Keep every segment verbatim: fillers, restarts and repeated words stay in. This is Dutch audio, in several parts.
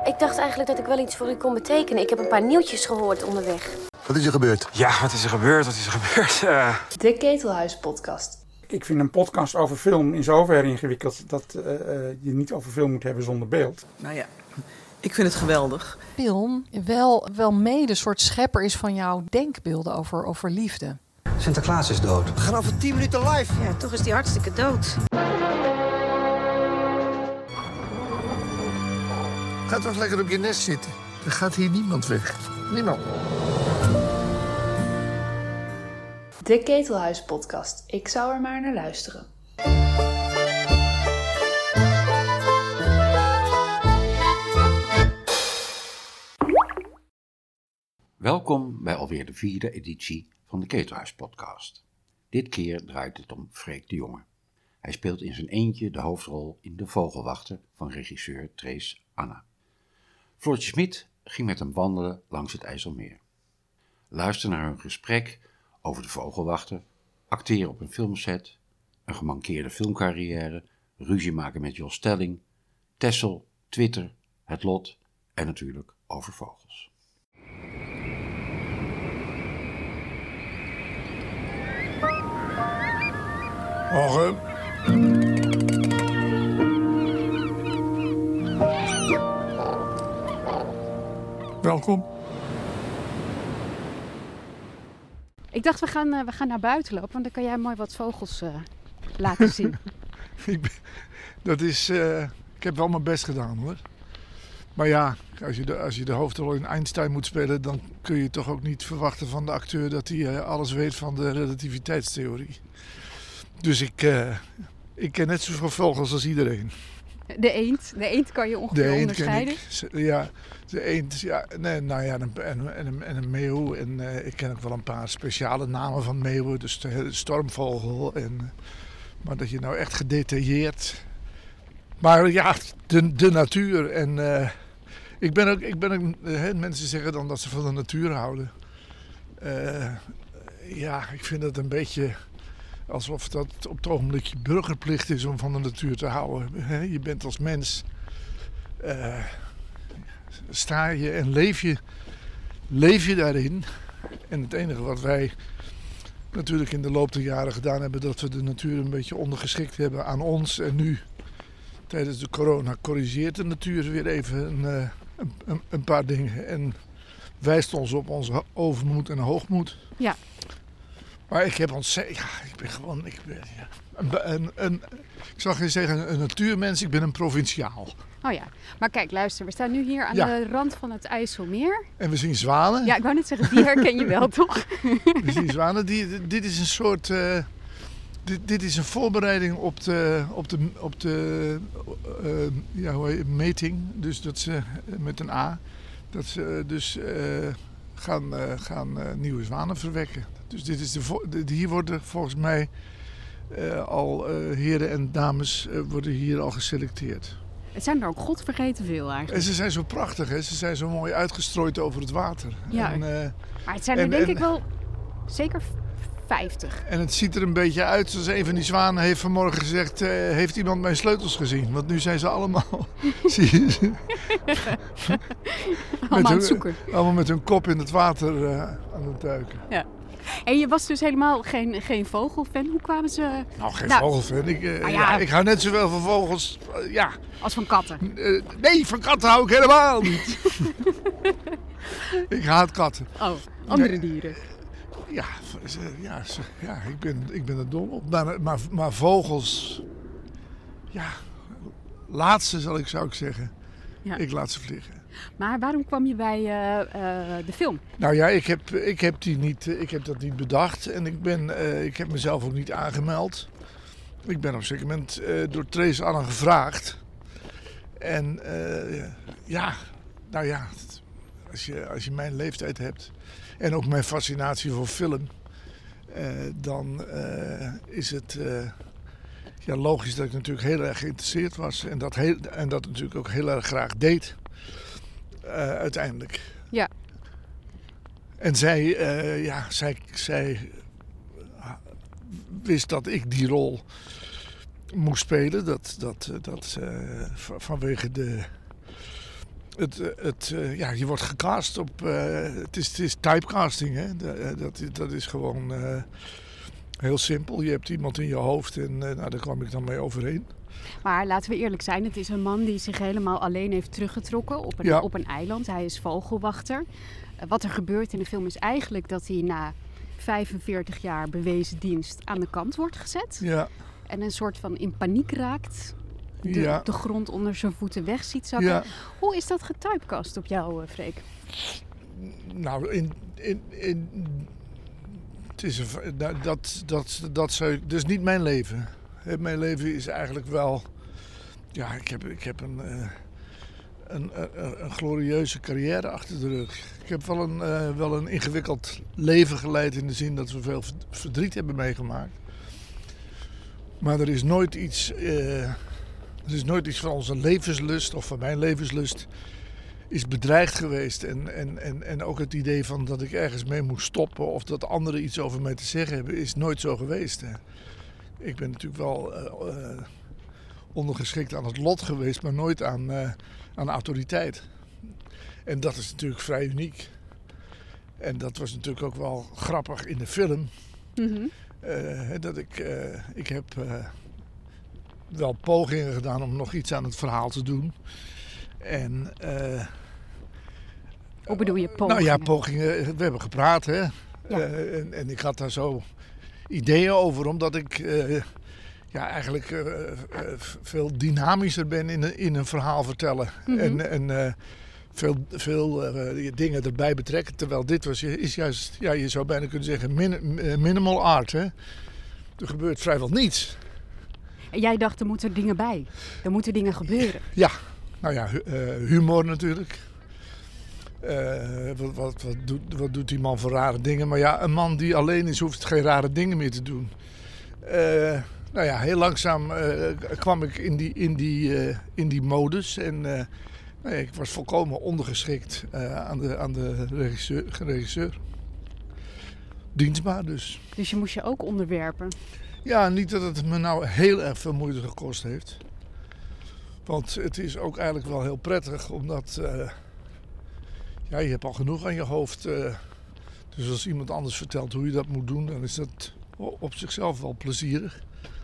ik dacht eigenlijk dat ik wel iets voor u kon betekenen. Ik heb een paar nieuwtjes gehoord onderweg. Wat is er gebeurd? Ja, wat is er gebeurd? Wat is er gebeurd? Uh... De Ketelhuis-podcast. Ik vind een podcast over film in zoverre ingewikkeld dat uh, je niet over film moet hebben zonder beeld. Nou ja, ik vind het geweldig. Film wel, wel mede een soort schepper is van jouw denkbeelden over, over liefde. Sinterklaas is dood. We gaan over tien minuten live. Ja, toch is die hartstikke dood. Ga toch lekker op je nest zitten. Er gaat hier niemand weg. Niemand. De Ketelhuis-podcast. Ik zou er maar naar luisteren. Welkom bij alweer de vierde editie van de Ketelhuis-podcast. Dit keer draait het om Freek de Jonge. Hij speelt in zijn eentje de hoofdrol in De Vogelwachter van regisseur Trace Anna. Floortje Smit ging met hem wandelen langs het IJsselmeer. Luister naar hun gesprek over De Vogelwachter, acteren op een filmset, een gemankeerde filmcarrière, ruzie maken met Jos Stelling, Texel, Twitter, het lot en natuurlijk over vogels. Morgen. Welkom. Ik dacht, we gaan, uh, we gaan naar buiten lopen, want dan kan jij mooi wat vogels uh, laten zien. ik ben, dat is, uh, ik heb wel mijn best gedaan hoor. Maar ja, als je, de, als je de hoofdrol in Einstein moet spelen, dan kun je toch ook niet verwachten van de acteur dat hij uh, alles weet van de relativiteitstheorie. Dus ik, uh, ik ken net zoveel vogels als iedereen. De eend, de eend kan je ongeveer de eend onderscheiden? Ken ik, ja, de eend, ja, nee, nou ja, en, en, en, en een meeuw. En uh, ik ken ook wel een paar speciale namen van meeuwen, dus de stormvogel. En, maar dat je nou echt gedetailleerd... Maar ja, de, de natuur. En uh, ik ben ook, ik ben ook uh, mensen zeggen dan dat ze van de natuur houden. Uh, ja, ik vind het een beetje... Alsof dat op het ogenblik je burgerplicht is om van de natuur te houden. Je bent als mens, uh, sta je en leef je, leef je daarin. En het enige wat wij natuurlijk in de loop der jaren gedaan hebben, dat we de natuur een beetje ondergeschikt hebben aan ons. En nu, tijdens de corona, corrigeert de natuur weer even een, een, een paar dingen. En wijst ons op onze overmoed en hoogmoed. Ja. Maar ik heb ontzettend... Ja, ik ben gewoon... Ik, ben, ja, een, een, een, ik zal geen zeggen een natuurmens, ik ben een provinciaal. Oh ja, maar kijk, luister, we staan nu hier aan ja. de rand van het IJsselmeer. En we zien zwanen. Ja, ik wou net zeggen, die herken je wel, toch? We zien zwanen. Die, dit is een soort... Uh, dit, dit is een voorbereiding op de, op de, op de uh, ja, hoe heet het, meting. Dus dat ze, met een A, dat ze dus uh, gaan, uh, gaan uh, nieuwe zwanen verwekken. Dus dit is de, de, hier worden volgens mij uh, al uh, heren en dames uh, worden hier al geselecteerd. Het zijn er ook godvergeten veel eigenlijk. En ze zijn zo prachtig, hè? Ze zijn zo mooi uitgestrooid over het water. Ja, en, uh, maar het zijn er en, denk en, ik wel zeker vijftig. En het ziet er een beetje uit zoals een van die zwanen heeft vanmorgen gezegd... Uh, heeft iemand mijn sleutels gezien? Want nu zijn ze allemaal... zie je ze? allemaal aan het zoeken. Allemaal met hun kop in het water uh, aan het duiken. Ja. En je was dus helemaal geen, geen vogelfan. Hoe kwamen ze... Nou, geen nou, vogelfan. Ik, uh, ah, ja. Ja, ik hou net zoveel van vogels. Uh, ja. Als van katten? Uh, nee, van katten hou ik helemaal niet. Ik haat katten. Oh, andere nee. dieren. Ja, ja, ja ik, ben, ik ben er dol op. Maar, maar, maar vogels... Ja, laat ze, zal ik, zou ik zeggen. Ja. Ik laat ze vliegen. Maar waarom kwam je bij uh, uh, de film? Nou ja, ik heb, ik, heb die niet, ik heb dat niet bedacht. En ik, ben, uh, ik heb mezelf ook niet aangemeld. Ik ben op een zeker moment uh, door Trace Anna gevraagd. En uh, ja, nou ja, als je, als je mijn leeftijd hebt... en ook mijn fascinatie voor film... Uh, dan uh, is het... Uh, ja, logisch dat ik natuurlijk heel erg geïnteresseerd was. En dat, heel, en dat natuurlijk ook heel erg graag deed. Uh, uiteindelijk. Ja. En zij, uh, ja, zij, zij uh, wist dat ik die rol moest spelen. Dat, dat, dat uh, vanwege de, Het, het, uh, ja, je wordt gecast op... Uh, het, is, het is typecasting, hè. De, dat, dat is gewoon uh, heel simpel. Je hebt iemand in je hoofd en uh, nou, daar kwam ik dan mee overheen. Maar laten we eerlijk zijn, het is een man die zich helemaal alleen heeft teruggetrokken op een, ja. op een eiland. Hij is vogelwachter. Uh, wat er gebeurt in de film is eigenlijk dat hij na vijfenveertig jaar bewezen dienst aan de kant wordt gezet. Ja. En een soort van in paniek raakt. De, ja. de grond onder zijn voeten weg ziet zakken. Ja. Hoe is dat getypecast op jou, Freek? Nou, in... in, in het is een, dat, dat, dat, dat, zou, dat is niet mijn leven. Mijn leven is eigenlijk wel... Ja, ik heb, ik heb een, uh, een, een, een glorieuze carrière achter de rug. Ik heb wel een, uh, wel een ingewikkeld leven geleid in de zin dat we veel verdriet hebben meegemaakt. Maar er is nooit iets... Uh, er is nooit iets van onze levenslust of van mijn levenslust is bedreigd geweest. En, en, en, en ook het idee van dat ik ergens mee moest stoppen of dat anderen iets over mij te zeggen hebben, is nooit zo geweest. Hè. Ik ben natuurlijk wel uh, uh, ondergeschikt aan het lot geweest, maar nooit aan, uh, aan autoriteit. En dat is natuurlijk vrij uniek. En dat was natuurlijk ook wel grappig in de film. Mm-hmm. Uh, dat ik, uh, ik heb uh, wel pogingen gedaan om nog iets aan het verhaal te doen. En, uh, Hoe bedoel je pogingen? Nou ja, pogingen. We hebben gepraat, hè. Ja. Uh, en, en ik had daar zo ideeën over, omdat ik uh, ja, eigenlijk uh, uh, veel dynamischer ben in, in een verhaal vertellen. Mm-hmm. En, en uh, veel, veel uh, dingen erbij betrekken. Terwijl dit was, is juist, ja, je zou bijna kunnen zeggen, min, minimal art. Hè? Er gebeurt vrijwel niets. En jij dacht, er moeten dingen bij. Er moeten dingen gebeuren. Ja, nou ja, uh, humor natuurlijk. Uh, wat, wat, wat, doet, wat doet die man voor rare dingen? Maar ja, een man die alleen is, hoeft geen rare dingen meer te doen. Uh, nou ja, heel langzaam uh, kwam ik in die, in die, uh, in die modus. En uh, nou ja, ik was volkomen ondergeschikt uh, aan de, aan de regisseur, regisseur. Dienstbaar dus. Dus je moest je ook onderwerpen? Ja, niet dat het me nou heel erg veel moeite gekost heeft. Want het is ook eigenlijk wel heel prettig, omdat... Uh, Ja, je hebt al genoeg aan je hoofd. Uh, dus als iemand anders vertelt hoe je dat moet doen, dan is dat op zichzelf wel plezierig.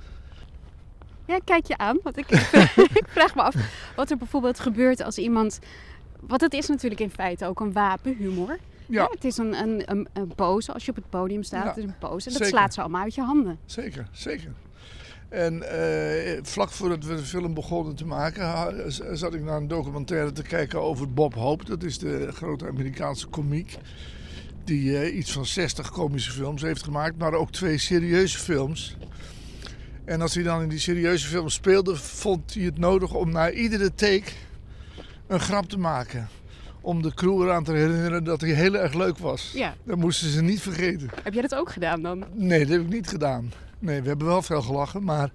Ja, kijk je aan. Want ik, ik vraag me af wat er bijvoorbeeld gebeurt als iemand... Want het is natuurlijk in feite ook een wapen, humor. Ja. Ja, het is een, een, een, een pose als je op het podium staat. Ja, het is een pose en dat zeker. Slaat ze allemaal uit je handen. Zeker, zeker. En uh, vlak voordat we de film begonnen te maken, zat ik naar een documentaire te kijken over Bob Hope. Dat is de grote Amerikaanse komiek die uh, iets van zestig komische films heeft gemaakt, maar ook twee serieuze films. En als hij dan in die serieuze films speelde, vond hij het nodig om na iedere take een grap te maken. Om de crew eraan te herinneren dat hij heel erg leuk was. Ja. Dat moesten ze niet vergeten. Heb jij dat ook gedaan dan? Nee, dat heb ik niet gedaan. Nee, we hebben wel veel gelachen, maar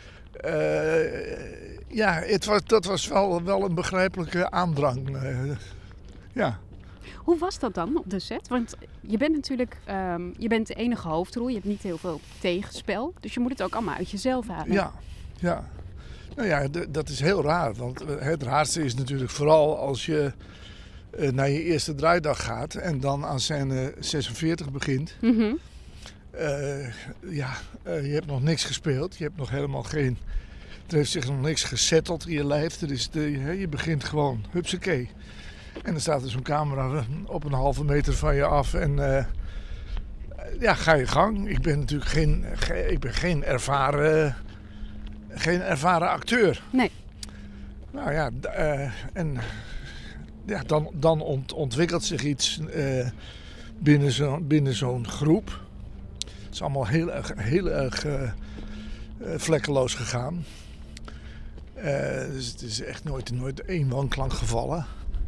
uh, ja, het was, dat was wel, wel een begrijpelijke aandrang. Uh, ja. Hoe was dat dan op de set? Want je bent natuurlijk um, je bent de enige hoofdrol, je hebt niet heel veel tegenspel, dus je moet het ook allemaal uit jezelf halen. Ja, ja. Nou ja, d- dat is heel raar, want het raarste is natuurlijk vooral als je uh, naar je eerste draaidag gaat en dan aan scène zesenveertig begint. Mm-hmm. Uh, ja, uh, je hebt nog niks gespeeld. Je hebt nog helemaal geen... Er heeft zich nog niks gesetteld in je lijf. Er is de, he, je begint gewoon, hupsakee. En dan staat er zo'n camera op een halve meter van je af. En uh, ja, ga je gang. Ik ben natuurlijk geen, ge, ik ben geen ervaren... Geen ervaren acteur. Nee. Nou ja, uh, en ja, dan, dan ont, ontwikkelt zich iets uh, binnen, zo, binnen zo'n groep. Het is allemaal heel erg, heel erg uh, uh, vlekkeloos gegaan. Uh, dus het is echt nooit, nooit één wanklank gevallen.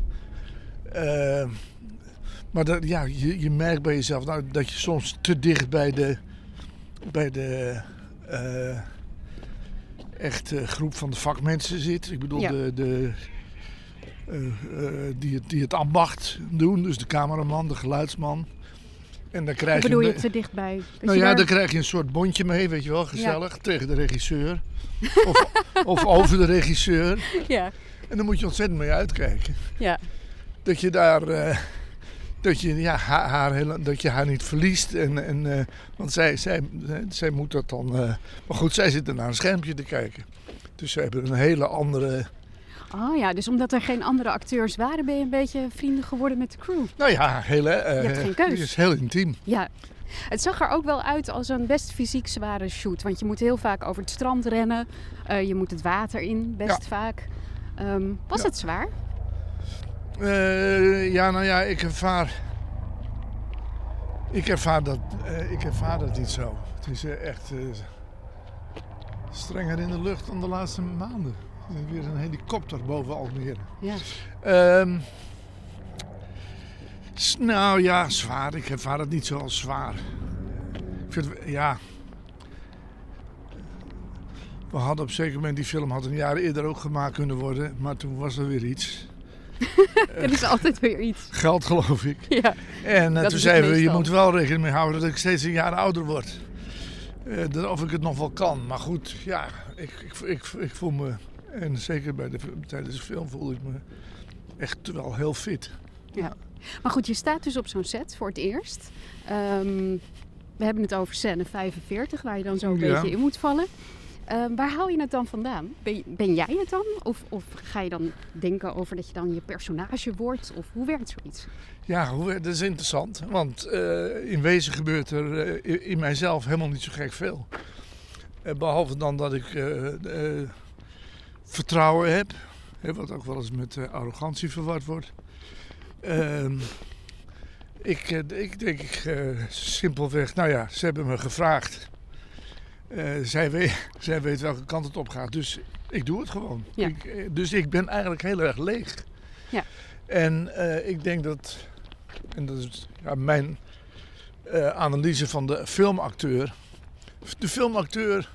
Uh, maar dat, ja, je, je merkt bij jezelf nou, dat je soms te dicht bij de, bij de uh, echte groep van de vakmensen zit. Ik bedoel, ja. de, de, uh, uh, die, het, die het ambacht doen. Dus de cameraman, de geluidsman. En dan krijg Hoe bedoel je, je te dichtbij? Nou ja, daar... dan krijg je een soort bondje mee, weet je wel, gezellig, ja. tegen de regisseur. Of, of over de regisseur. Ja. En dan moet je ontzettend mee uitkijken. Ja. Dat je daar... Uh, dat, je, ja, haar, haar heel, dat je haar niet verliest. En, en, uh, want zij, zij, zij moet dat dan... Uh, maar goed, zij zitten naar een schermpje te kijken. Dus ze hebben een hele andere... Oh ja, dus omdat er geen andere acteurs waren, ben je een beetje vrienden geworden met de crew? Nou ja, heel, uh, je hebt geen keus. Het is heel intiem. Ja. Het zag er ook wel uit als een best fysiek zware shoot. Want je moet heel vaak over het strand rennen. Uh, je moet het water in, best ja. vaak. Um, was ja. het zwaar? Uh, ja, nou ja, ik ervaar... Ik ervaar dat, uh, ik ervaar dat niet zo. Het is uh, echt uh, strenger in de lucht dan de laatste maanden. Er is weer een helikopter boven Almere. Ja. Um, nou ja, zwaar. Ik ervaar het niet zo als zwaar. Ik vind, ja... We hadden op een zeker moment, die film had een jaar eerder ook gemaakt kunnen worden. Maar toen was er weer iets. Er is altijd weer iets. Geld, geloof ik. Ja, en uh, toen zeiden we, je moet wel rekening mee houden dat ik steeds een jaar ouder word. Uh, of ik het nog wel kan. Maar goed, ja, ik, ik, ik, ik voel me... En zeker bij de, tijdens de film voelde ik me echt wel heel fit. Ja. Maar goed, je staat dus op zo'n set voor het eerst. Um, we hebben het over scène vijfenveertig, waar je dan zo een ja. beetje in moet vallen. Um, waar haal je het dan vandaan? Ben, ben jij het dan? Of, of ga je dan denken over dat je dan je personage wordt? Of hoe werkt zoiets? Ja, dat is interessant. Want uh, in wezen gebeurt er uh, in mijzelf helemaal niet zo gek veel. Uh, behalve dan dat ik uh, uh, vertrouwen heb. Hè, wat ook wel eens met uh, arrogantie verward wordt. Uh, ik, uh, ik denk uh, simpelweg, nou ja, ze hebben me gevraagd. Uh, zij, weet, zij weet welke kant het op gaat, dus ik doe het gewoon. Ja. Ik, dus ik ben eigenlijk heel erg leeg. Ja. En uh, ik denk dat, en dat is ja, mijn uh, analyse van de filmacteur. De filmacteur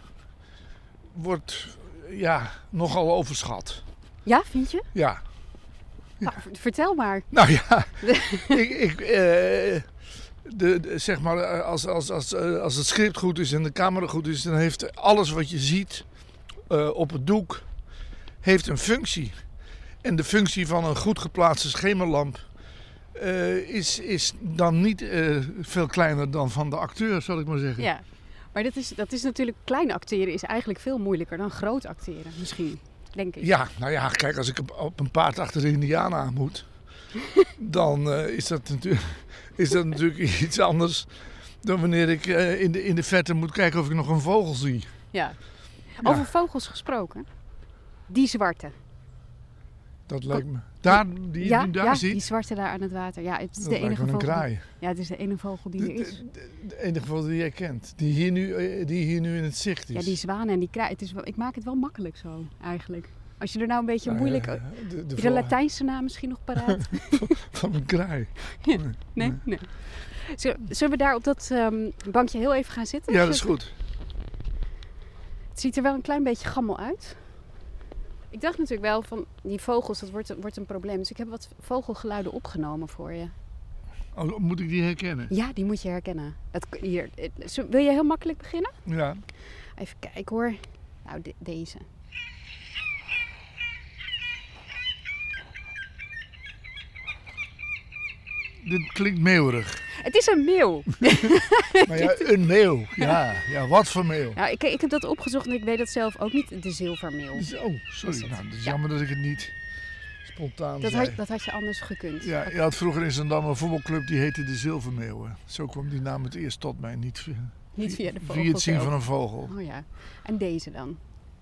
wordt ja, nogal overschat. Ja, vind je? Ja. Nou, vertel maar. Nou ja, ik... ik uh, De, de, zeg maar, als, als, als, als het script goed is en de camera goed is, dan heeft alles wat je ziet uh, op het doek heeft een functie. En de functie van een goed geplaatste schemerlamp uh, is, is dan niet uh, veel kleiner dan van de acteur, zal ik maar zeggen. Ja, maar dat is, dat is natuurlijk, klein acteren is eigenlijk veel moeilijker dan groot acteren, misschien, denk ik. Ja, nou ja, kijk, als ik op een paard achter de Indianen aan moet, dan uh, is dat natuurlijk... is dat natuurlijk iets anders dan wanneer ik uh, in, de, in de verte moet kijken of ik nog een vogel zie. Ja. Over ja. vogels gesproken. Die zwarte. Dat lijkt me. Daar, die ja, je daar ja, ziet. die zwarte daar aan het water. Ja, het is dat de enige een vogel. kraai. Die, ja, het is de enige vogel die de, er is. De, de, de enige vogel die jij kent. Die hier nu, die hier nu in het zicht is. Ja, die zwanen en die kraai. Het is wel, ik maak het wel makkelijk zo, eigenlijk. Als je er nou een beetje nou, moeilijk... Ja, de, de, de Latijnse naam misschien nog paraat? Van een kraai. Nee, nee. nee. Zullen we daar op dat um, bankje heel even gaan zitten? Ja, dat is goed. Het ziet er wel een klein beetje gammel uit. Ik dacht natuurlijk wel van die vogels, dat wordt, wordt een probleem. Dus ik heb wat vogelgeluiden opgenomen voor je. Oh, moet ik die herkennen? Ja, die moet je herkennen. Het, hier, het, wil je heel makkelijk beginnen? Ja. Even kijken hoor. Nou, de, deze. Dit klinkt meeuwerig. Het is een meeuw. Maar ja, een meeuw. Ja, ja, wat voor meeuw? Ja, ik, ik heb dat opgezocht en ik weet dat zelf ook niet. De zilvermeeuw. Oh, sorry. Het nou, het is ja. jammer dat ik het niet spontaan dat zei. Had, dat had je anders gekund. Ja, je had vroeger in Zandam een voetbalclub die heette de Zilvermeeuwen. Zo kwam die naam het eerst tot mij. Niet via, niet via de vogel. Via het zien van een vogel. Oh ja. En deze dan?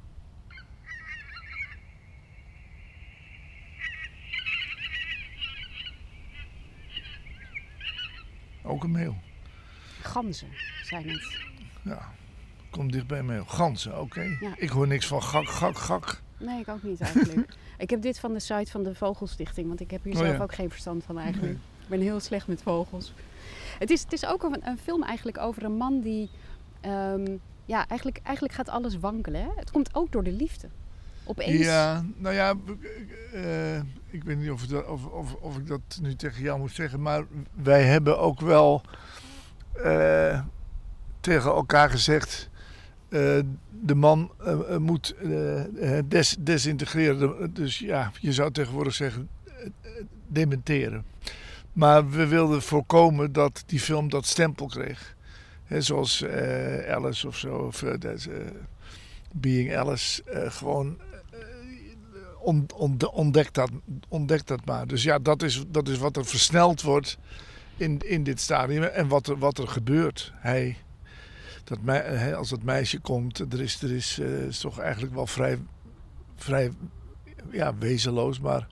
Ook een meeuw. Ganzen zijn het. Ja, kom dicht bij meeuw. Ganzen, oké. Okay. Ja. Ik hoor niks van gak, gak, gak. Nee, ik ook niet eigenlijk. Ik heb dit van de site van de Vogelstichting, want ik heb hier oh, zelf ja. ook geen verstand van eigenlijk. Nee. Ik ben heel slecht met vogels. Het is, het is ook een, een film eigenlijk over een man die... Um, ja, eigenlijk, eigenlijk gaat alles wankelen. Hè? Het komt ook door de liefde. Opeens. Ja, nou ja, uh, ik weet niet of, het, of, of, of ik dat nu tegen jou moet zeggen, maar wij hebben ook wel uh, tegen elkaar gezegd, Uh, de man uh, moet uh, des, desintegreren. Dus ja, je zou tegenwoordig zeggen uh, dementeren. Maar we wilden voorkomen dat die film dat stempel kreeg. He, zoals uh, Alice of zo, of uh, uh, Being Alice, uh, gewoon uh, on, on, ontdek, dat, ontdek dat maar. Dus ja, dat is, dat is wat er versneld wordt in, in dit stadium en wat er, wat er gebeurt. Hij, dat me, als dat meisje komt, er is, er is, uh, is toch eigenlijk wel vrij, vrij ja, wezenloos, maar...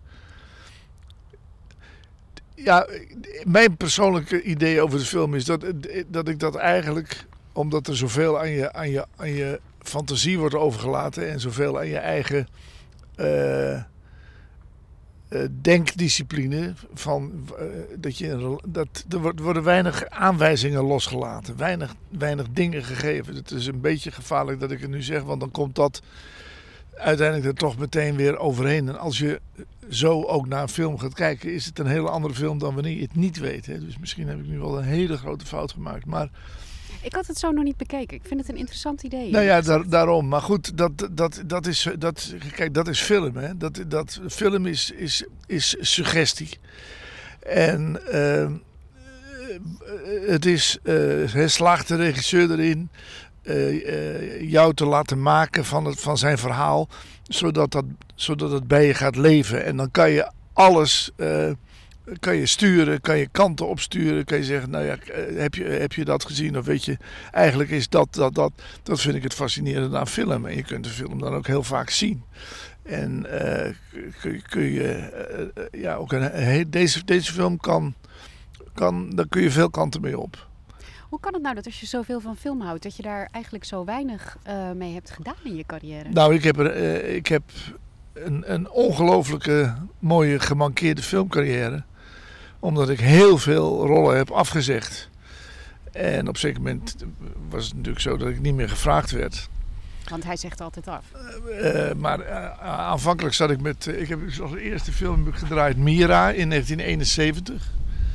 Ja, mijn persoonlijke idee over de film is dat, dat ik dat eigenlijk, omdat er zoveel aan je, aan je, aan je fantasie wordt overgelaten en zoveel aan je eigen uh, uh, denkdiscipline, van, uh, dat je, dat, er worden weinig aanwijzingen losgelaten, weinig, weinig dingen gegeven. Het is een beetje gevaarlijk dat ik het nu zeg, want dan komt dat uiteindelijk er toch meteen weer overheen. En als je zo ook naar een film gaat kijken, is het een hele andere film dan wanneer je het niet weet. Hè? Dus misschien heb ik nu wel een hele grote fout gemaakt. Maar ik had het zo nog niet bekeken. Ik vind het een interessant idee. Nou ja, daar, daarom. Maar goed, dat, dat, dat, is, dat, kijk, dat is film. Hè? Dat, dat, film is, is, is suggestie. En uh, het is, uh, slaagt de regisseur erin Uh, uh, jou te laten maken van, het, van zijn verhaal, zodat, dat, zodat het bij je gaat leven. En dan kan je alles uh, kan je sturen, kan je kanten opsturen, kan je zeggen, nou ja, heb je, heb je dat gezien? Of weet je, eigenlijk is dat, dat, dat, dat vind ik het fascinerende aan film. En je kunt de film dan ook heel vaak zien. En uh, kun, kun je, uh, ja, ook een, deze, deze film kan, kan, daar kun je veel kanten mee op. Hoe kan het nou dat als je zoveel van film houdt, dat je daar eigenlijk zo weinig uh, mee hebt gedaan in je carrière? Nou, ik heb, er, uh, ik heb een, een ongelooflijke mooie gemankeerde filmcarrière. Omdat ik heel veel rollen heb afgezegd. En op een zeker moment was het natuurlijk zo dat ik niet meer gevraagd werd. Want hij zegt altijd af. Uh, uh, maar uh, aanvankelijk zat ik met... Uh, ik heb als eerste film gedraaid Mira in negentien eenenzeventig.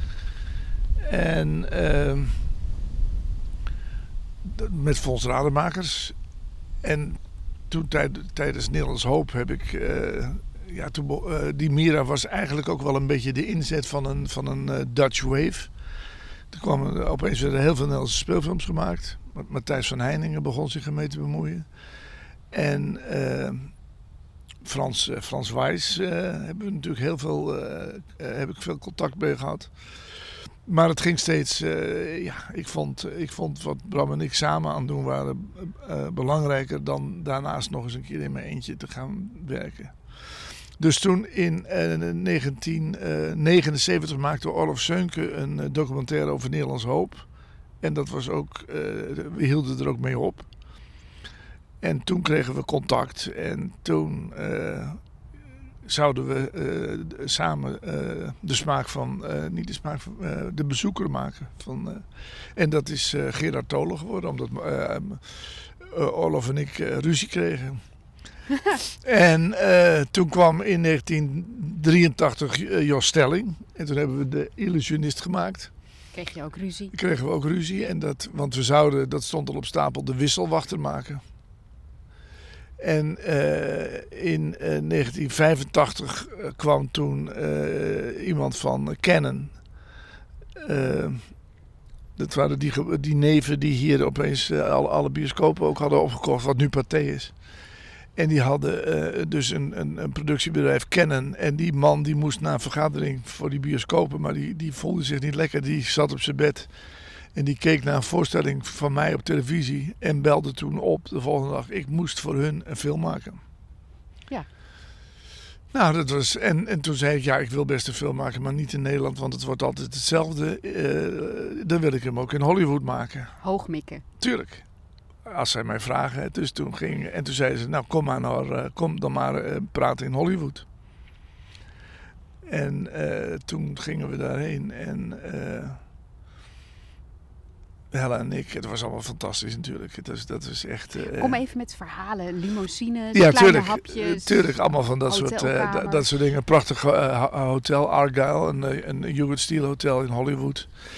En... Uh, met Fons Rademakers. En toen tijd, tijdens Nederlands Hoop heb ik... Uh, ja, toen, uh, die Mira was eigenlijk ook wel een beetje de inzet van een, van een uh, Dutch Wave. Er kwamen opeens werden heel veel Nederlandse speelfilms gemaakt. Matthijs van Heiningen begon zich ermee te bemoeien. En uh, Frans, uh, Frans Wijs uh, hebben we natuurlijk heel veel, uh, uh, heb ik veel contact mee gehad. Maar het ging steeds, uh, ja, ik vond, ik vond wat Bram en ik samen aan het doen waren uh, belangrijker dan daarnaast nog eens een keer in mijn eentje te gaan werken. Dus toen in uh, negentien negenenzeventig maakte Orlof Seunke een uh, documentaire over Nederlands Hoop. En dat was ook, uh, we hielden er ook mee op. En toen kregen we contact en toen uh, zouden we uh, samen uh, de smaak van, uh, niet de smaak van, uh, de bezoeker maken. Van, uh, en dat is uh, Gerard Tolen geworden, omdat uh, uh, Orlof en ik uh, ruzie kregen. En uh, toen kwam in negentien drieëntachtig uh, Jos Stelling. En toen hebben we De Illusionist gemaakt. Kreeg je ook ruzie? Kregen we ook ruzie. En dat, want we zouden, dat stond al op stapel, De Wisselwachter maken. En uh, in uh, negentien vijfentachtig uh, kwam toen uh, iemand van Canon. Uh, dat waren die, die neven die hier opeens uh, alle, alle bioscopen ook hadden opgekocht, wat nu Pathé is. En die hadden uh, dus een, een, een productiebedrijf Canon. En die man die moest naar een vergadering voor die bioscopen. Maar die, die voelde zich niet lekker. Die zat op zijn bed. En die keek naar een voorstelling van mij op televisie. En belde toen op de volgende dag. Ik moest voor hun een film maken. Ja. Nou, dat was... En, en toen zei ik, ja, ik wil best een film maken. Maar niet in Nederland, want het wordt altijd hetzelfde. Uh, dan wil ik hem ook in Hollywood maken. Hoogmikken. Tuurlijk. Als zij mij vragen. Dus toen ging, en toen zei ze, nou kom, maar naar, uh, kom dan maar uh, praten in Hollywood. En uh, toen gingen we daarheen. En uh, Hella en ik, het was allemaal fantastisch natuurlijk. Het was, dat is echt... Uh, kom even met verhalen, limousines, ja, kleine tuurlijk, hapjes. Tuurlijk, allemaal van dat soort, uh, dat, dat soort dingen. Prachtig uh, hotel, Argyle, een, een Hubert Steele hotel in Hollywood.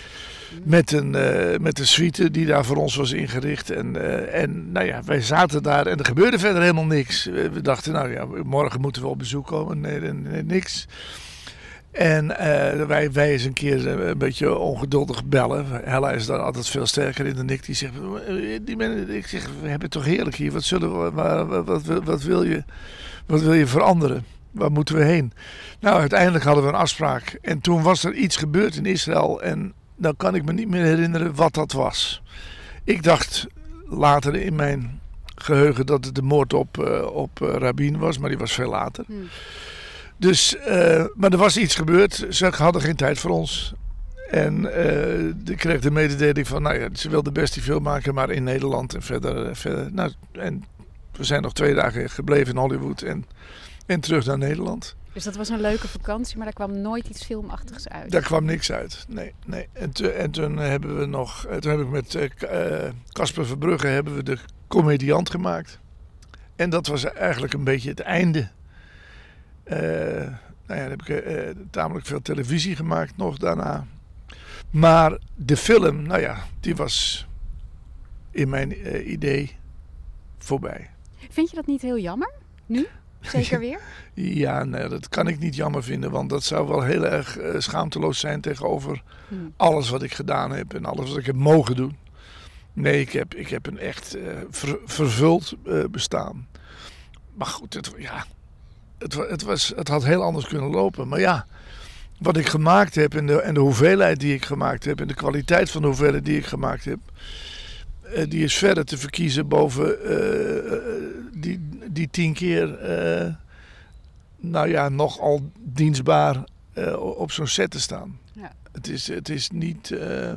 Met een, uh, met een suite die daar voor ons was ingericht. En, uh, en nou ja, wij zaten daar en er gebeurde verder helemaal niks. We dachten, nou ja, morgen moeten we op bezoek komen. Nee, nee, nee niks. En uh, wij, wij eens een keer een beetje ongeduldig bellen. Hella is daar altijd veel sterker in dan ik. Die zegt, die men, ik zeg, we hebben het toch heerlijk hier. Wat, zullen we, wat, wat, wat, wat, wil je, wat wil je veranderen? Waar moeten we heen? Nou, uiteindelijk hadden we een afspraak. En toen was er iets gebeurd in Israël. En dan kan ik me niet meer herinneren wat dat was. Ik dacht later in mijn geheugen dat het de moord op, uh, op uh, Rabin was. Maar die was veel later. Hmm. Dus, uh, maar er was iets gebeurd. Ze hadden geen tijd voor ons. En uh, ik kreeg de mededeling van, nou ja, ze wilden best die film maken, maar in Nederland en verder. verder. Nou, en we zijn nog twee dagen gebleven in Hollywood en, en terug naar Nederland. Dus dat was een leuke vakantie, maar daar kwam nooit iets filmachtigs uit? Daar kwam niks uit, nee. nee. En, te, en toen hebben we nog, toen heb ik met Casper uh, Verbrugge hebben we de Komediant gemaakt. En dat was eigenlijk een beetje het einde. Uh, nou ja, dan heb ik uh, tamelijk veel televisie gemaakt nog daarna. Maar de film, nou ja, die was in mijn uh, idee voorbij. Vind je dat niet heel jammer? Nu? Zeker weer? Ja, nee, dat kan ik niet jammer vinden. Want dat zou wel heel erg uh, schaamteloos zijn tegenover hmm. alles wat ik gedaan heb. En alles wat ik heb mogen doen. Nee, ik heb, ik heb een echt uh, ver, vervuld uh, bestaan. Maar goed, het, ja... Het, het, was, het had heel anders kunnen lopen. Maar ja, wat ik gemaakt heb en de, en de hoeveelheid die ik gemaakt heb... en de kwaliteit van de hoeveelheid die ik gemaakt heb... Uh, die is verder te verkiezen boven uh, die, die tien keer... Uh, nou ja, nogal dienstbaar uh, op zo'n set te staan. Ja. Het is, het is niet... Uh,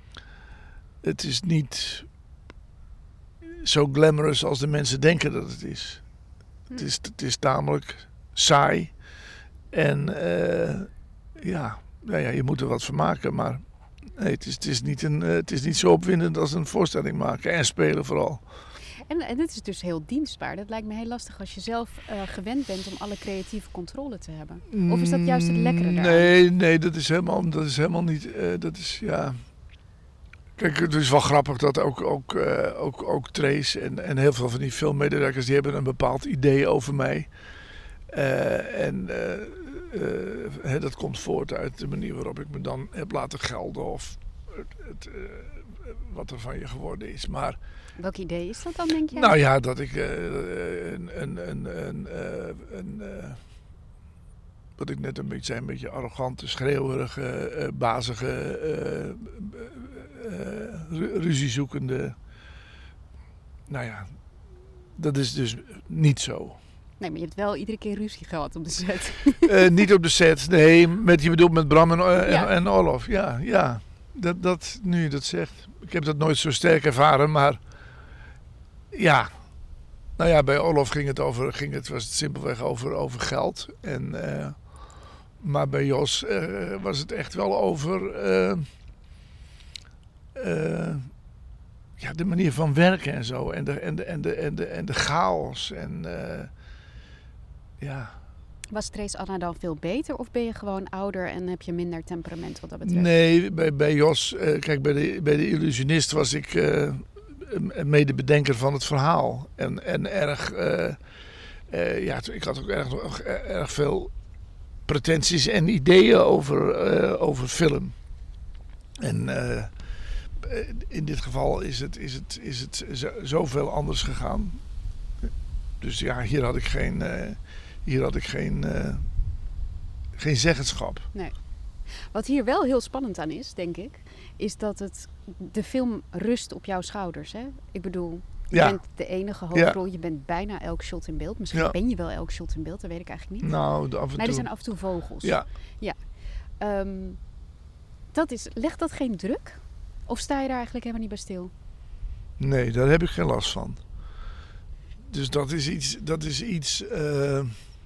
het is niet zo glamorous als de mensen denken dat het is. Hm. Het is, het is tamelijk saai. En uh, ja, nou ja, je moet er wat van maken. Maar nee, het, is, het, is niet een, uh, het is niet zo opwindend als een voorstelling maken. En spelen vooral. En, en het is dus heel dienstbaar. Dat lijkt me heel lastig als je zelf uh, gewend bent om alle creatieve controle te hebben. Of is dat juist het lekkere daaraan? Nee, nee, dat is helemaal, dat is helemaal niet... Uh, dat is, ja... Kijk, het is wel grappig dat ook, ook, uh, ook, ook Trace en, en heel veel van die filmmedewerkers... die hebben een bepaald idee over mij. Uh, en uh, uh, hè, dat komt voort uit de manier waarop ik me dan heb laten gelden... of het, het, uh, wat er van je geworden is. Maar, welk idee is dat dan, denk jij? Nou ja, dat ik uh, een... een, een, een, uh, een uh, wat ik net een beetje zei, een beetje arrogante, schreeuwerige, uh, bazige, uh, uh, ruziezoekende. Nou ja, dat is dus niet zo. Nee, maar je hebt wel iedere keer ruzie gehad op de set. uh, niet op de set, nee. Met, je bedoelt met Bram en, uh, ja. en, en Olof. Ja, ja. Dat, dat, nu je dat zegt. Ik heb dat nooit zo sterk ervaren, maar ja. Nou ja, bij Olof ging het over, ging het, was het simpelweg over, over geld. En, uh, maar bij Jos uh, was het echt wel over uh, uh, ja, de manier van werken en zo. En de, en de, en de, en de, en de chaos. En, uh, ja. Was Trace Anna dan veel beter of ben je gewoon ouder en heb je minder temperament wat dat betreft? Nee, bij, bij Jos, uh, kijk, bij de, bij de illusionist was ik... Uh, medebedenker van het verhaal. En, en erg... Uh, uh, ja, ik had ook erg, erg veel pretenties en ideeën over, uh, over film. En uh, in dit geval is het, is het, is het zoveel anders gegaan. Dus ja, hier had ik geen... Uh, hier had ik geen... Uh, geen zeggenschap. Nee. Wat hier wel heel spannend aan is, denk ik... is dat het de film rust op jouw schouders. Hè? Ik bedoel, je ja. bent de enige hoofdrol. Ja. Je bent bijna elk shot in beeld. Misschien ja. ben je wel elk shot in beeld. Dat weet ik eigenlijk niet. Nou, af en toe. Maar er zijn af en toe vogels. Ja. ja. Um, dat is, legt dat geen druk? Of sta je daar eigenlijk helemaal niet bij stil? Nee, daar heb ik geen last van. Dus dat is iets... Dat is iets uh...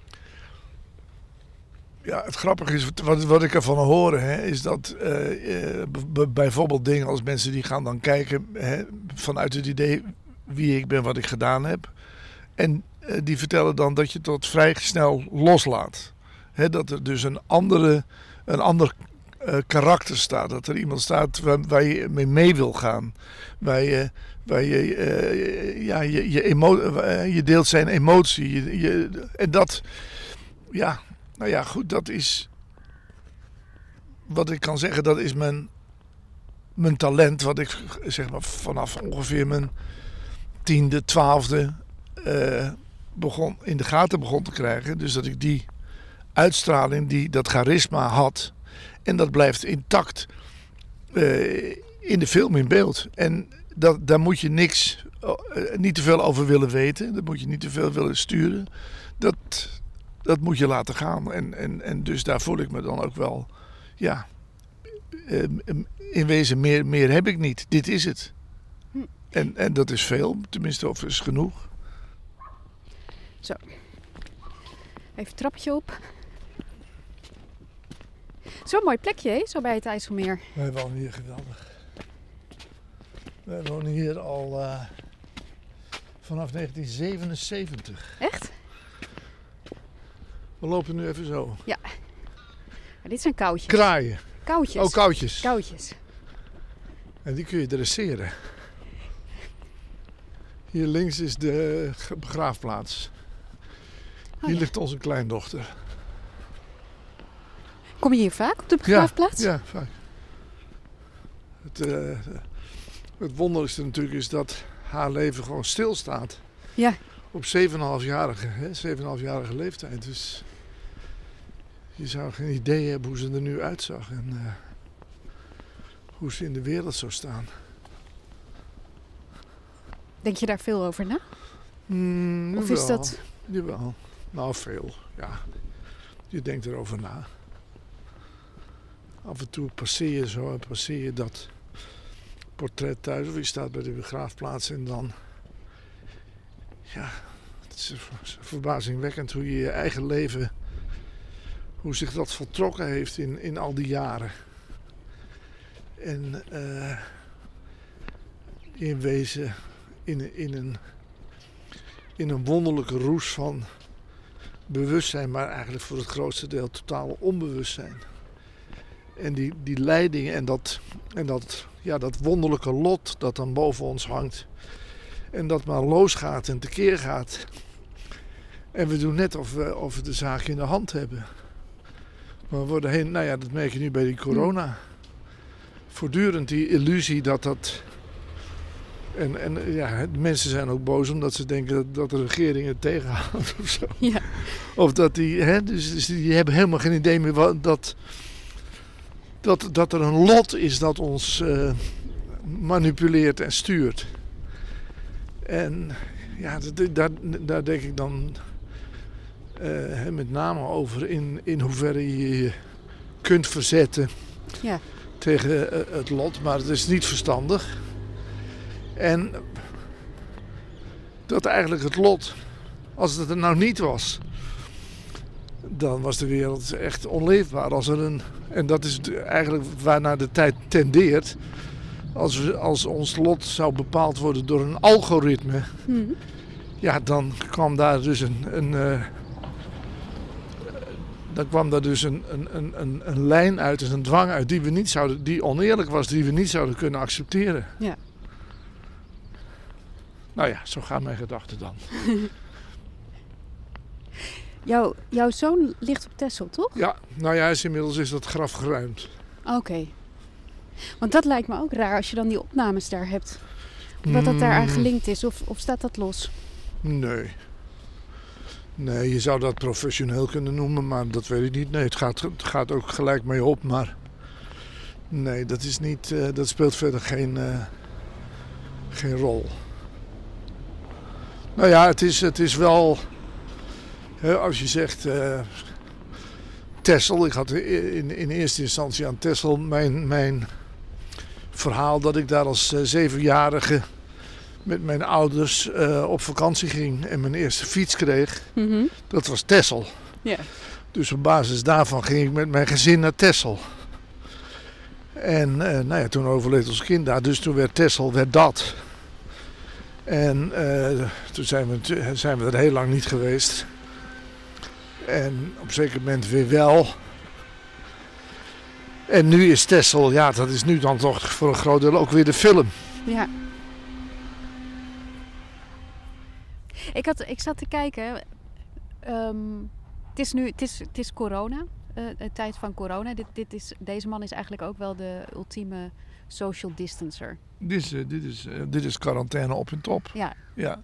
Ja, het grappige is, wat, wat ik ervan hoor, hè, is dat uh, uh, b- bijvoorbeeld dingen als mensen die gaan dan kijken hè, vanuit het idee wie ik ben, wat ik gedaan heb. En uh, die vertellen dan dat je het vrij snel loslaat. Hè, dat er dus een andere, een ander uh, karakter staat. Dat er iemand staat waar, waar je mee mee wil gaan. Waar je, waar je, uh, ja, je, je, emo- uh, je deelt zijn emotie. Je, je, en dat, ja, nou ja, goed, dat is... Wat ik kan zeggen, dat is mijn, mijn talent. Wat ik zeg maar vanaf ongeveer mijn tiende, twaalfde uh, begon, in de gaten begon te krijgen. Dus dat ik die uitstraling, die, dat charisma had. En dat blijft intact uh, in de film in beeld. En dat, daar moet je niks, uh, niet te veel over willen weten. Daar moet je niet te veel willen sturen. Dat, dat moet je laten gaan. En, en, en dus daar voel ik me dan ook wel... Ja, uh, in wezen meer, meer heb ik niet. Dit is het. Hm. En, en dat is veel, tenminste, of is genoeg. Zo. Even een trapje op. Zo'n mooi plekje, hè? Zo bij het IJsselmeer. Wij wonen hier geweldig. Wij wonen hier al uh, vanaf negentien zevenenzeventig. Echt? We lopen nu even zo. Ja. Maar dit zijn koutjes. Kraaien. Koutjes. Oh, koutjes. Koutjes. En die kun je dresseren. Hier links is de begraafplaats. Oh, hier ja. ligt onze kleindochter. Kom je hier vaak op de begraafplaats? Ja, ja vaak. Het, uh, het wonderlijkste natuurlijk is dat haar leven gewoon stilstaat. Ja. Op zeven komma vijf-jarige, hè, zeven komma vijf-jarige leeftijd. Dus je zou geen idee hebben hoe ze er nu uitzag en uh, hoe ze in de wereld zou staan. Denk je daar veel over na? Mm, of jawel, is dat... Jawel. Nou, veel, ja. Je denkt erover na. Af en toe passeer je zo, passeer je dat portret thuis. Of je staat bij de begraafplaats en dan... Ja, het is verbazingwekkend hoe je je eigen leven... Hoe zich dat voltrokken heeft in, in al die jaren. En uh, in wezen in, in, een, in een wonderlijke roes van bewustzijn, maar eigenlijk voor het grootste deel totaal onbewustzijn. En die, die leiding en, dat, en dat, ja, dat wonderlijke lot dat dan boven ons hangt. En dat maar losgaat en tekeer gaat. En we doen net of we, of we de zaak in de hand hebben. Maar we worden heen, nou ja, dat merk je nu bij die corona. Voortdurend die illusie dat dat... En, en ja, mensen zijn ook boos omdat ze denken dat, dat de regering het tegenhoudt of zo. Ja. Of dat die, hè, dus, dus die hebben helemaal geen idee meer wat, dat, dat, dat er een lot is dat ons uh, manipuleert en stuurt. En ja, dat, daar, daar denk ik dan uh, met name over in, in hoeverre je je kunt verzetten ja. tegen uh, het lot. Maar het is niet verstandig. En dat eigenlijk het lot, als het er nou niet was, dan was de wereld echt onleefbaar. Als er een, en dat is eigenlijk waarnaar de tijd tendeert. Als, we, als ons lot zou bepaald worden door een algoritme, hmm. ja, dan kwam daar dus een, een, uh, dan kwam daar dus een, een, een, een lijn uit, dus een dwang uit die we niet zouden, die oneerlijk was, die we niet zouden kunnen accepteren. Ja. Nou ja, zo gaan mijn gedachten dan. Jouw, jouw zoon ligt op Texel, toch? Ja, nou ja, is inmiddels is dat graf geruimd. Oké. Okay. Want dat lijkt me ook raar als je dan die opnames daar hebt. Dat dat daaraan gelinkt is, of, of staat dat los? Nee. Nee, je zou dat professioneel kunnen noemen, maar dat weet ik niet. Nee, het gaat, het gaat ook gelijk mee op, maar... Nee, dat is niet... Uh, dat speelt verder geen, uh, geen rol. Nou ja, het is, het is wel... Hè, als je zegt... Uh, Texel, ik had in, in eerste instantie aan Texel mijn, mijn verhaal dat ik daar als uh, zevenjarige met mijn ouders uh, op vakantie ging en mijn eerste fiets kreeg. Mm-hmm. Dat was Texel. Yeah. Dus op basis daarvan ging ik met mijn gezin naar Texel. En uh, nou ja, toen overleed ons kind daar, dus toen werd Texel werd dat. En uh, toen zijn we, zijn we er heel lang niet geweest. En op een zeker moment weer wel. En nu is Texel, ja, dat is nu dan toch voor een groot deel ook weer de film. Ja. Ik, had, ik zat te kijken. Um, het is nu, het is, het is corona. Uh, de tijd van corona. Dit, dit is, deze man is eigenlijk ook wel de ultieme social distancer. Dit is, uh, dit is, uh, dit is quarantaine op en top. Ja. Ja.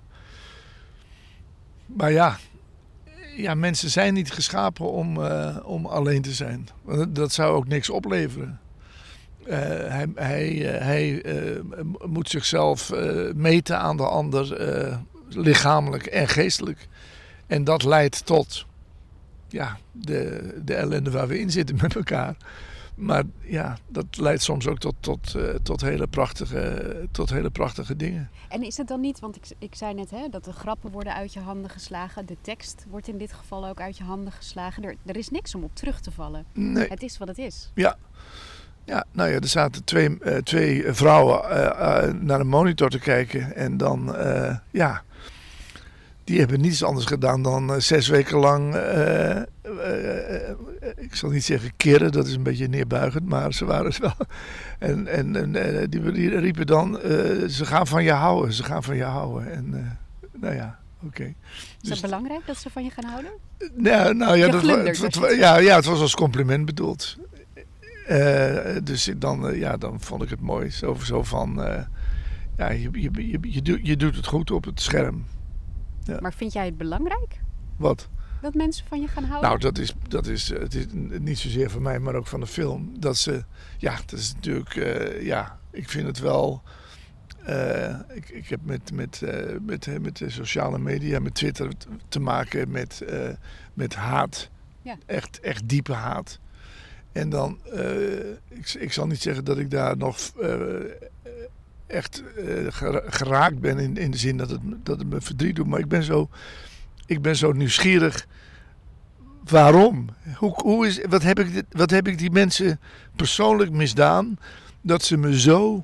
Maar ja, ja, mensen zijn niet geschapen om, uh, om alleen te zijn. Dat zou ook niks opleveren. Uh, hij hij, uh, hij uh, moet zichzelf uh, meten aan de ander, uh, lichamelijk en geestelijk. En dat leidt tot ja, de, de ellende waar we in zitten met elkaar. Maar ja, dat leidt soms ook tot, tot, uh, tot, hele, prachtige, tot hele prachtige dingen. En is het dan niet, want ik, ik zei net hè, dat de grappen worden uit je handen geslagen. De tekst wordt in dit geval ook uit je handen geslagen. Er, er is niks om op terug te vallen. Nee. Het is wat het is. Ja. Ja, nou ja, er zaten twee, uh, twee vrouwen uh, uh, naar een monitor te kijken. En dan, uh, ja, die hebben niets anders gedaan dan uh, zes weken lang, uh, uh, uh, ik zal niet zeggen keren, dat is een beetje neerbuigend, maar ze waren het wel. En, en, en uh, die, die riepen dan, uh, ze gaan van je houden, ze gaan van je houden. En uh, nou ja, oké. Okay. Is het dus belangrijk dat ze van je gaan houden? Nou, nou ja, dat, het, het, het, ja, ja, het was als compliment bedoeld. Uh, dus dan, uh, ja, dan vond ik het mooi. Zo, zo van, uh, ja, je, je, je, je, doet, je doet het goed op het scherm. Ja. Maar vind jij het belangrijk? Wat? Dat mensen van je gaan houden? Nou, dat is, dat is, het is niet zozeer van mij, maar ook van de film. Dat ze, ja, dat is natuurlijk, uh, ja, ik vind het wel. Uh, ik, ik heb met, met, uh, met, met de sociale media, met Twitter te maken met, uh, met haat. Ja. Echt, echt diepe haat. En dan, uh, ik, ik zal niet zeggen dat ik daar nog uh, echt uh, geraakt ben in, in de zin dat het, dat het me verdriet doet. Maar ik ben zo, ik ben zo nieuwsgierig. Waarom? Hoe, hoe is, wat, heb ik, wat heb ik die mensen persoonlijk misdaan dat ze me zo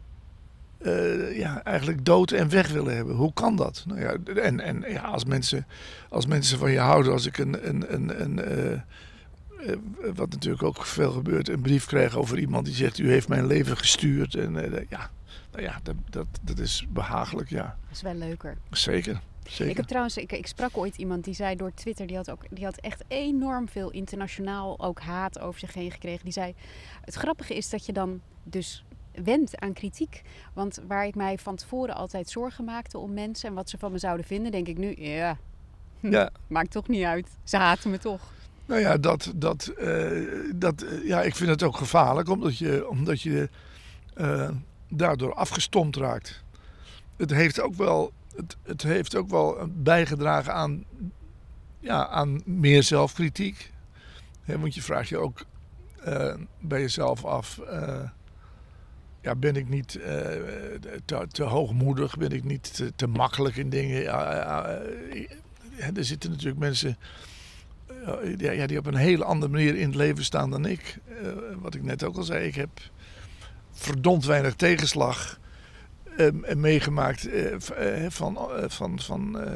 uh, ja, eigenlijk dood en weg willen hebben? Hoe kan dat? Nou ja, en en ja, als, mensen, als mensen van je houden, als ik een... een, een, een uh, Uh, wat natuurlijk ook veel gebeurt, een brief krijgen over iemand die zegt, u heeft mijn leven gestuurd. En uh, ja, nou ja, dat, dat, dat is behagelijk, ja. Dat is wel leuker. Zeker, zeker. Ik heb trouwens, ik, ik sprak ooit iemand die zei door Twitter, die had, ook, die had echt enorm veel internationaal ook haat over zich heen gekregen. Die zei, het grappige is dat je dan dus wendt aan kritiek. Want waar ik mij van tevoren altijd zorgen maakte om mensen en wat ze van me zouden vinden, denk ik nu, ja, ja. maakt toch niet uit. Ze haten me toch. Nou ja, dat, dat, uh, dat, uh, ja, ik vind het ook gevaarlijk, omdat je, omdat je uh, daardoor afgestompt raakt. Het heeft ook wel, het, het heeft ook wel bijgedragen aan, ja, aan meer zelfkritiek. He, want je vraagt je ook uh, bij jezelf af, uh, ja, ben ik niet uh, te, te hoogmoedig, ben ik niet te, te makkelijk in dingen. Ja, uh, uh, er zitten natuurlijk mensen... Ja, ja, die op een hele andere manier in het leven staan dan ik. Uh, wat ik net ook al zei, ik heb verdomd weinig tegenslag uh, meegemaakt uh, van, uh, van, van uh,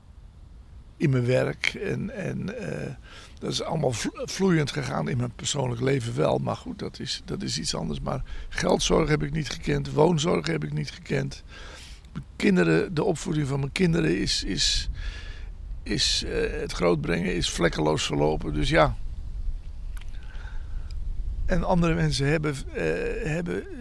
in mijn werk. En, en uh, dat is allemaal vloeiend gegaan in mijn persoonlijk leven wel. Maar goed, dat is, dat is iets anders. Maar geldzorg heb ik niet gekend, woonzorg heb ik niet gekend. Mijn kinderen, de opvoeding van mijn kinderen is... is is uh, het grootbrengen is vlekkeloos verlopen. Dus ja. En andere mensen hebben, uh, hebben uh,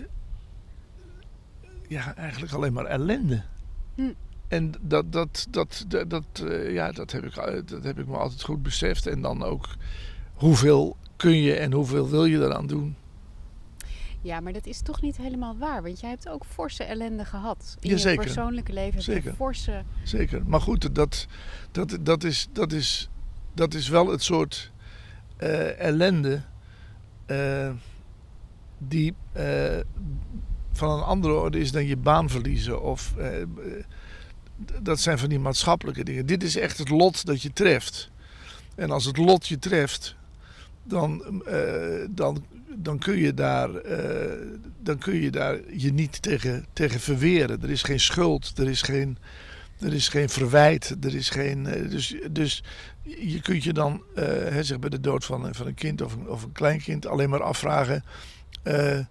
ja, eigenlijk alleen maar ellende. Hm. En dat, dat, dat, dat, dat, uh, ja, dat, heb ik, dat heb ik me altijd goed beseft. En dan ook hoeveel kun je en hoeveel wil je eraan doen. Ja, maar dat is toch niet helemaal waar. Want jij hebt ook forse ellende gehad. In ja, je zeker. persoonlijke leven heb je forse... Zeker. Maar goed, dat, dat, dat, is, dat, is, dat is wel het soort uh, ellende... Uh, die uh, van een andere orde is dan je baan verliezen. Of, uh, dat zijn van die maatschappelijke dingen. Dit is echt het lot dat je treft. En als het lot je treft... Dan, uh, dan, dan, kun je daar, uh, dan kun je daar je niet tegen, tegen verweren. Er is geen schuld, er is geen, Er is geen verwijt. Er is geen, uh, dus, dus je kunt je dan, uh, hè, zeg bij de dood van, van een kind of een, of een kleinkind alleen maar afvragen. Uh,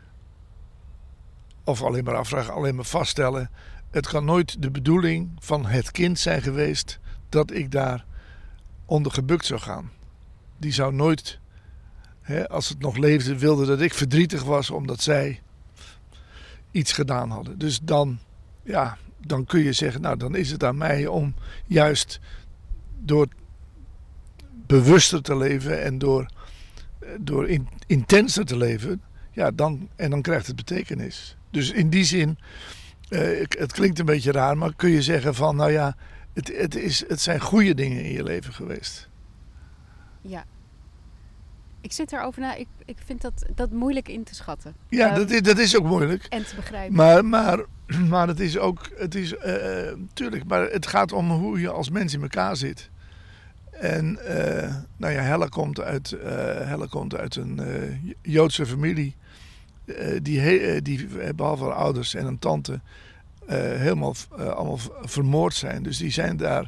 of alleen maar afvragen, alleen maar vaststellen. Het kan nooit de bedoeling van het kind zijn geweest dat ik daar onder gebukt zou gaan. Die zou nooit, hè, als het nog leefde, wilde dat ik verdrietig was omdat zij iets gedaan hadden. Dus dan, ja, dan kun je zeggen, nou dan is het aan mij om juist door bewuster te leven en door, door in, intenser te leven, ja, dan, en dan krijgt het betekenis. Dus in die zin, uh, het klinkt een beetje raar, maar kun je zeggen van, nou ja, het, het, is, het zijn goede dingen in je leven geweest. Ja. Ik zit erover na. Ik, ik vind dat, dat moeilijk in te schatten. Ja, um, dat, is, dat is ook moeilijk. En te begrijpen. Maar, maar, maar het is ook, het is, uh, tuurlijk, maar het gaat om hoe je als mens in elkaar zit. En uh, nou ja, Helle komt uit, uh, Helle komt uit een uh, Joodse familie. Uh, die, he, die behalve haar ouders en een tante uh, helemaal uh, allemaal vermoord zijn. Dus die zijn daar,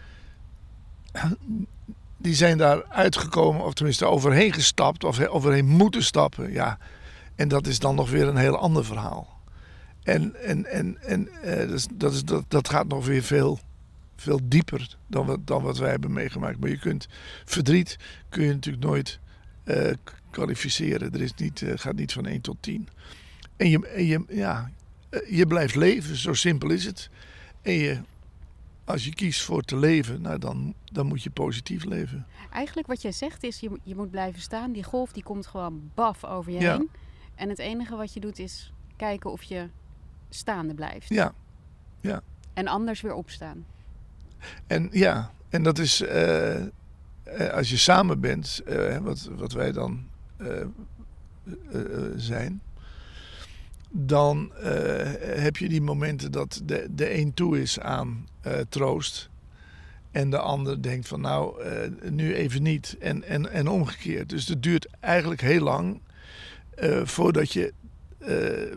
die zijn daar uitgekomen, of tenminste overheen gestapt, of overheen moeten stappen. Ja. En dat is dan nog weer een heel ander verhaal. En, en, en, en uh, dus dat, is, dat, dat gaat nog weer veel, veel dieper dan wat, dan wat wij hebben meegemaakt. Maar je kunt verdriet kun je natuurlijk nooit uh, kwalificeren. Er is niet, uh, gaat niet van één tot tien. En je, en je, ja, je blijft leven, zo simpel is het. En je, als je kiest voor te leven, nou dan, dan moet je positief leven. Eigenlijk wat jij zegt is, je, je moet blijven staan. Die golf die komt gewoon baf over je ja. heen. En het enige wat je doet is kijken of je staande blijft. Ja, ja. En anders weer opstaan. En ja, en dat is, uh, als je samen bent, uh, wat, wat wij dan uh, uh, zijn, dan uh, heb je die momenten dat de, de een toe is aan uh, troost en de ander denkt van nou, uh, nu even niet en, en, en omgekeerd. Dus het duurt eigenlijk heel lang uh, voordat je uh,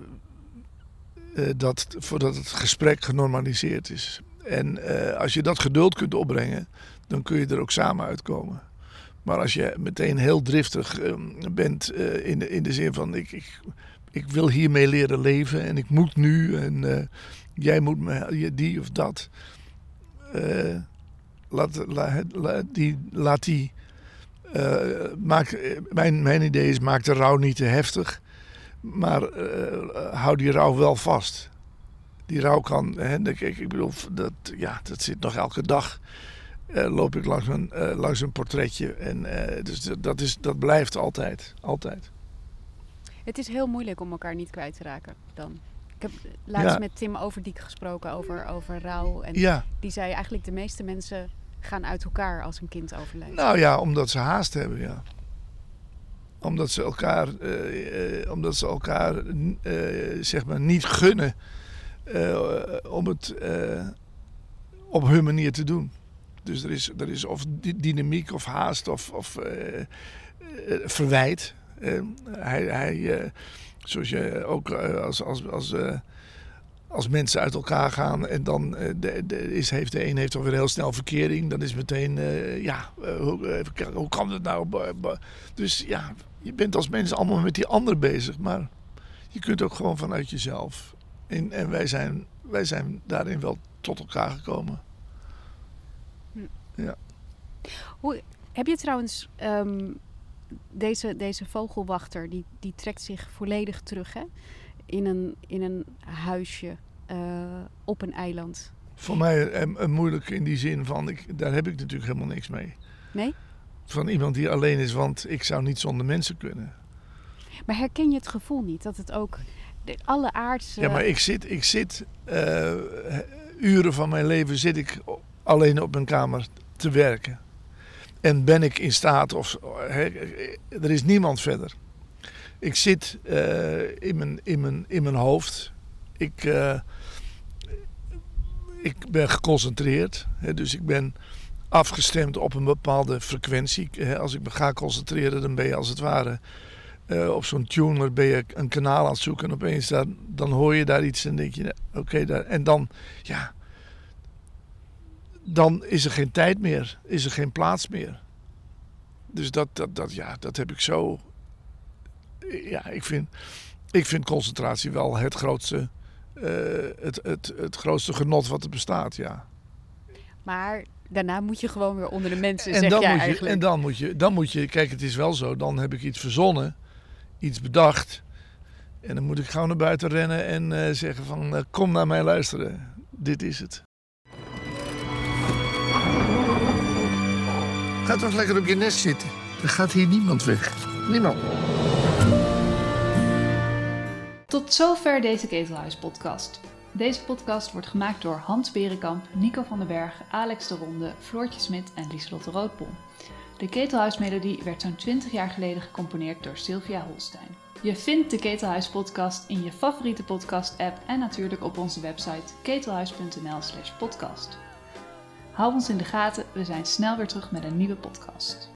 uh, dat, voordat het gesprek genormaliseerd is. En uh, als je dat geduld kunt opbrengen, dan kun je er ook samen uitkomen. Maar als je meteen heel driftig uh, bent uh, in, de, in de zin van ik, ik, ik wil hiermee leren leven en ik moet nu en uh, jij moet me die of dat. Uh, laat, la, la, die, laat die, uh, maak, mijn, mijn idee is maak de rouw niet te heftig, maar uh, hou die rouw wel vast. Die rouw kan, hè, ik, ik bedoel, dat, ja, dat zit nog elke dag. Uh, loop ik langs een, uh, langs een portretje. En, uh, dus dat, dat, is, dat blijft altijd, altijd. Het is heel moeilijk om elkaar niet kwijt te raken dan. Ik heb laatst ja. met Tim Overdiek gesproken over, over rouw. En ja. die zei eigenlijk de meeste mensen gaan uit elkaar als een kind overlijdt. Nou ja, omdat ze haast hebben, ja. Omdat ze elkaar, uh, uh, omdat ze elkaar uh, zeg maar niet gunnen uh, om het uh, op hun manier te doen. Dus er is, er is of dynamiek of haast of, of uh, uh, verwijt. Uh, hij, hij, uh, zoals je ook uh, als, als, als, uh, als mensen uit elkaar gaan en dan uh, de, de, is, heeft de een heeft dan weer heel snel verkering. Dan is meteen, uh, ja, uh, hoe, uh, hoe kan het nou? Dus ja, je bent als mens allemaal met die ander bezig. Maar je kunt ook gewoon vanuit jezelf. En, en wij, zijn, wij zijn daarin wel tot elkaar gekomen. Ja. Hoe, heb je trouwens um, deze, deze vogelwachter, die, die trekt zich volledig terug hè? In, een, in een huisje uh, op een eiland. Voor mij een, een moeilijk in die zin van, ik, daar heb ik natuurlijk helemaal niks mee. Nee? Van iemand die alleen is, want ik zou niet zonder mensen kunnen. Maar herken je het gevoel niet dat het ook de, alle aardse... Ja, maar ik zit, ik zit uh, uren van mijn leven zit ik alleen op mijn kamer te werken. En ben ik in staat, of he, er is niemand verder. Ik zit uh, in, mijn, in, mijn, in mijn hoofd. Ik, uh, ik ben geconcentreerd. He, dus ik ben afgestemd op een bepaalde frequentie. He, als ik me ga concentreren, dan ben je als het ware uh, op zo'n tuner ben je een kanaal aan het zoeken. En opeens daar, dan hoor je daar iets en denk je, oké, okay, daar. En dan, ja... dan is er geen tijd meer, is er geen plaats meer. Dus dat, dat, dat, ja, dat heb ik zo... Ja, ik vind, ik vind concentratie wel het grootste, uh, het, het, het grootste genot wat er bestaat, ja. Maar daarna moet je gewoon weer onder de mensen, en zeg dan jij moet je, eigenlijk. En dan moet, je, dan moet je... Kijk, het is wel zo. Dan heb ik iets verzonnen. Iets bedacht. En dan moet ik gauw naar buiten rennen en uh, zeggen van... Uh, kom naar mij luisteren. Dit is het. Ga toch lekker op je nest zitten. Er gaat hier niemand weg. Niemand. Tot zover deze Ketelhuis-podcast. Deze podcast wordt gemaakt door Hans Berenkamp, Nico van den Berg, Alex de Ronde, Floortje Smit en Lieselotte Roodbol. De Ketelhuis-melodie werd zo'n twintig jaar geleden gecomponeerd door Sylvia Holstein. Je vindt de Ketelhuis-podcast in je favoriete podcast-app en natuurlijk op onze website ketelhuis punt n l slash podcast. Hou ons in de gaten, we zijn snel weer terug met een nieuwe podcast.